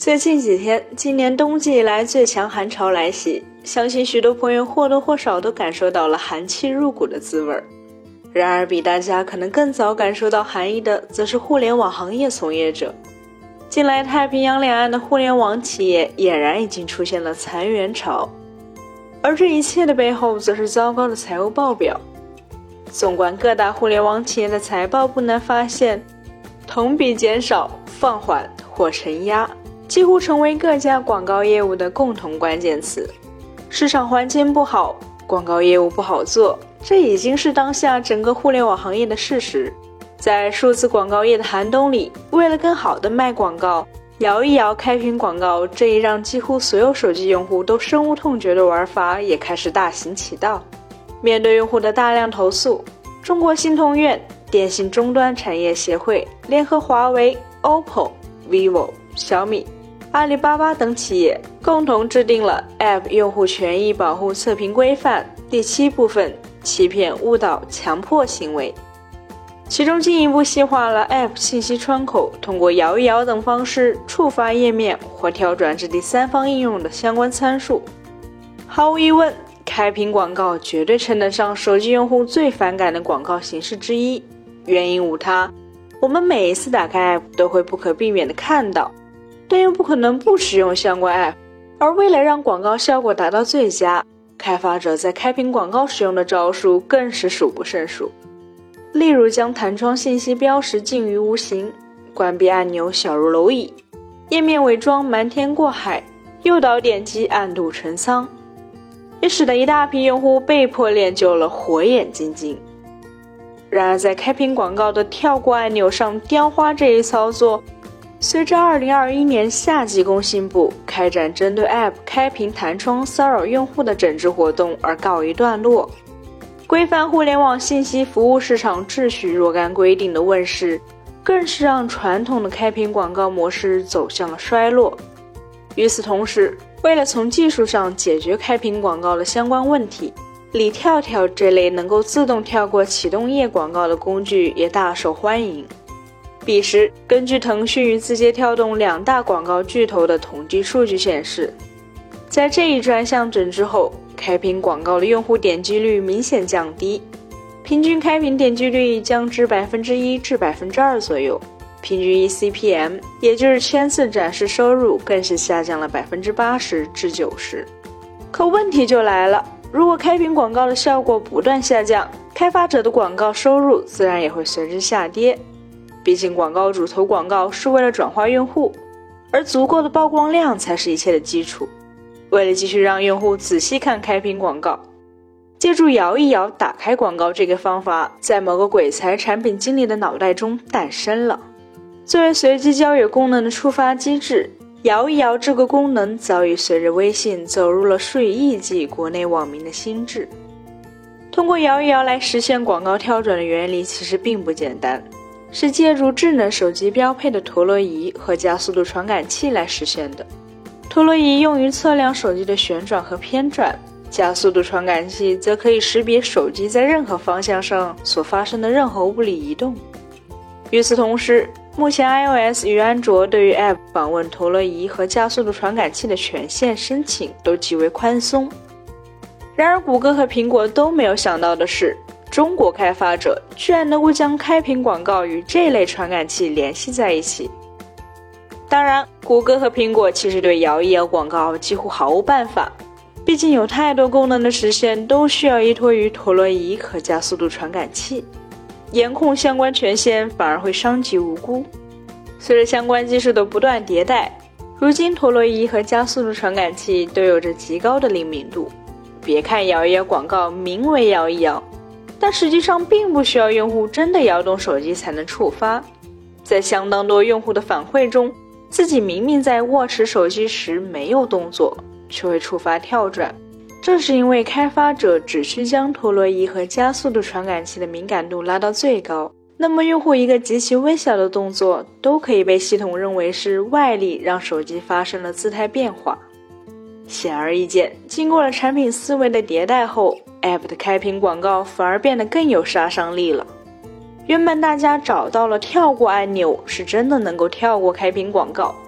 最近几天，今年冬季以来最强寒潮来袭，相信许多朋友或多或少都感受到了寒气入骨的滋味。然而比大家可能更早感受到寒意的，则是互联网行业从业者。近来太平洋两岸的互联网企业俨然已经出现了裁员潮，而这一切的背后则是糟糕的财务报表。纵观各大互联网企业的财报，不难发现，同比减少、放缓或承压几乎成为各家广告业务的共同关键词。市场环境不好，广告业务不好做，这已经是当下整个互联网行业的事实。在数字广告业的寒冬里，为了更好的卖广告，摇一摇开屏广告这一让几乎所有手机用户都深恶痛绝的玩法也开始大行其道。面对用户的大量投诉，中国信通院、电信终端产业协会联合华为、OPPO、vivo、小米、阿里巴巴等企业共同制定了 App 用户权益保护测评规范第7部分欺骗、误导、强迫行为，其中进一步细化了 App 信息窗口通过摇一摇等方式触发页面或跳转至第三方应用的相关参数。毫无疑问，开屏广告绝对称得上手机用户最反感的广告形式之一，原因无他，我们每一次打开 App 都会不可避免地看到，但又不可能不使用相关 App， 而为了让广告效果达到最佳，开发者在开屏广告使用的招数更是数不胜数。例如将弹窗信息标识尽于无形，关闭按钮小如蝼蚁，页面伪装瞒天过海，诱导点击暗度陈仓，也使得一大批用户被迫练就了火眼金睛。然而在开屏广告的跳过按钮上雕花这一操作，随着2021年夏季工信部开展针对 App 开屏弹窗骚扰用户的整治活动而告一段落，规范互联网信息服务市场秩序若干规定的问世，更是让传统的开屏广告模式走向了衰落。与此同时，为了从技术上解决开屏广告的相关问题，李跳跳这类能够自动跳过启动页广告的工具也大受欢迎。彼时，根据腾讯与字节跳动两大广告巨头的统计数据显示，在这一专项整治后，开屏广告的用户点击率明显降低，平均开屏点击率降至 1% 至 2% 左右，平均 eCPM 也就是圈次展示收入更是下降了 80% 至 90%。 可问题就来了，如果开屏广告的效果不断下降，开发者的广告收入自然也会随之下跌。毕竟广告主投广告是为了转化用户，而足够的曝光量才是一切的基础。为了继续让用户仔细看开屏广告，借助摇一摇打开广告这个方法，在某个鬼才产品经理的脑袋中诞生了。作为随机交友功能的触发机制，摇一摇这个功能早已随着微信走入了数以亿计国内网民的心智。通过摇一摇来实现广告跳转的原理其实并不简单，是借助智能手机标配的陀螺仪和加速度传感器来实现的。陀螺仪用于测量手机的旋转和偏转，加速度传感器则可以识别手机在任何方向上所发生的任何物理移动。与此同时，目前 iOS 与安卓对于 App 访问陀螺仪和加速度传感器的权限申请都极为宽松。然而谷歌和苹果都没有想到的是，中国开发者居然能够将开屏广告与这类传感器联系在一起。当然，谷歌和苹果其实对摇一摇广告几乎毫无办法，毕竟有太多功能的实现都需要依托于陀螺仪和加速度传感器，严控相关权限反而会伤及无辜。随着相关技术的不断迭代，如今陀螺仪和加速度传感器都有着极高的灵敏度。别看摇一摇广告名为摇一摇，但实际上并不需要用户真的摇动手机才能触发。在相当多用户的反馈中，自己明明在握持手机时没有动作，却会触发跳转，这是因为开发者只需将陀螺仪和加速度传感器的敏感度拉到最高，那么用户一个极其微小的动作都可以被系统认为是外力让手机发生了姿态变化。显而易见，经过了产品思维的迭代后， App 的开屏广告反而变得更有杀伤力了。原本大家找到了跳过按钮是真的能够跳过开屏广告，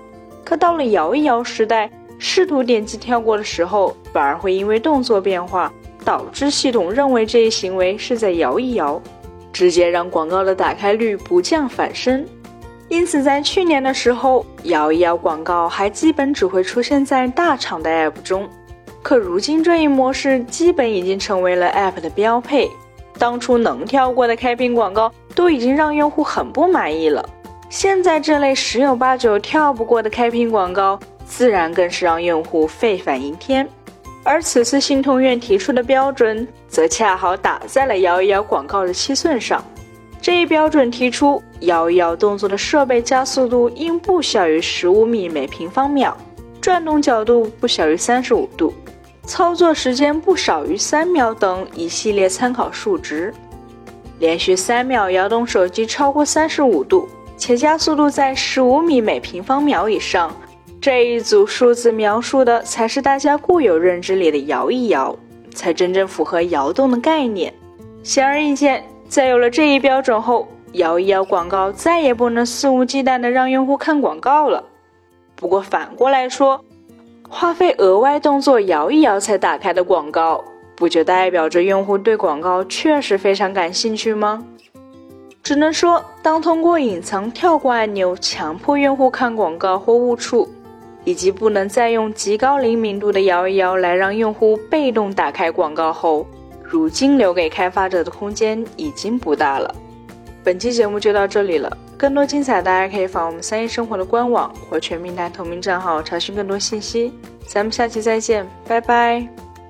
可到了摇一摇时代，试图点击跳过的时候，反而会因为动作变化，导致系统认为这一行为是在摇一摇，直接让广告的打开率不降反升。因此在去年的时候，摇一摇广告还基本只会出现在大厂的 App 中，可如今这一模式基本已经成为了 App 的标配，当初能跳过的开屏广告都已经让用户很不满意了，现在这类十有八九跳不过的开屏广告，自然更是让用户沸反盈天。而此次信通院提出的标准，则恰好打在了摇一摇广告的七寸上。这一标准提出，摇一摇动作的设备加速度应不小于15米每平方秒，转动角度不小于35度，操作时间不少于3秒等一系列参考数值。连续3秒摇动手机超过35度，且加速度在15米每平方秒以上，这一组数字描述的才是大家固有认知里的摇一摇，才真正符合摇动的概念。显而易见，在有了这一标准后，摇一摇广告再也不能肆无忌惮地让用户看广告了。不过反过来说，花费额外动作摇一摇才打开的广告，不就代表着用户对广告确实非常感兴趣吗？只能说，当通过隐藏跳过按钮强迫用户看广告或误触，以及不能再用极高灵敏度的摇一摇来让用户被动打开广告后，如今留给开发者的空间已经不大了。本期节目就到这里了，更多精彩大家可以访我们3一生活的官网或全平台同名账号查询更多信息。咱们下期再见，拜拜。